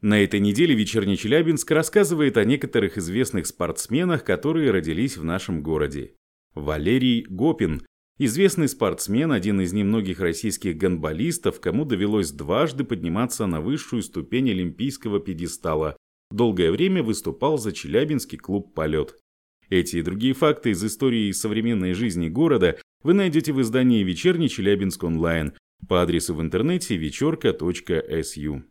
На этой неделе «Вечерний Челябинск» рассказывает о некоторых известных спортсменах, которые родились в нашем городе. Валерий Гопин – известный спортсмен, один из немногих российских гандболистов, кому довелось дважды подниматься на высшую ступень олимпийского пьедестала. Долгое время выступал за Челябинский клуб «Полет». Эти и другие факты из истории и современной жизни города вы найдете в издании «Вечерний Челябинск онлайн» по адресу в интернете вечерка.су.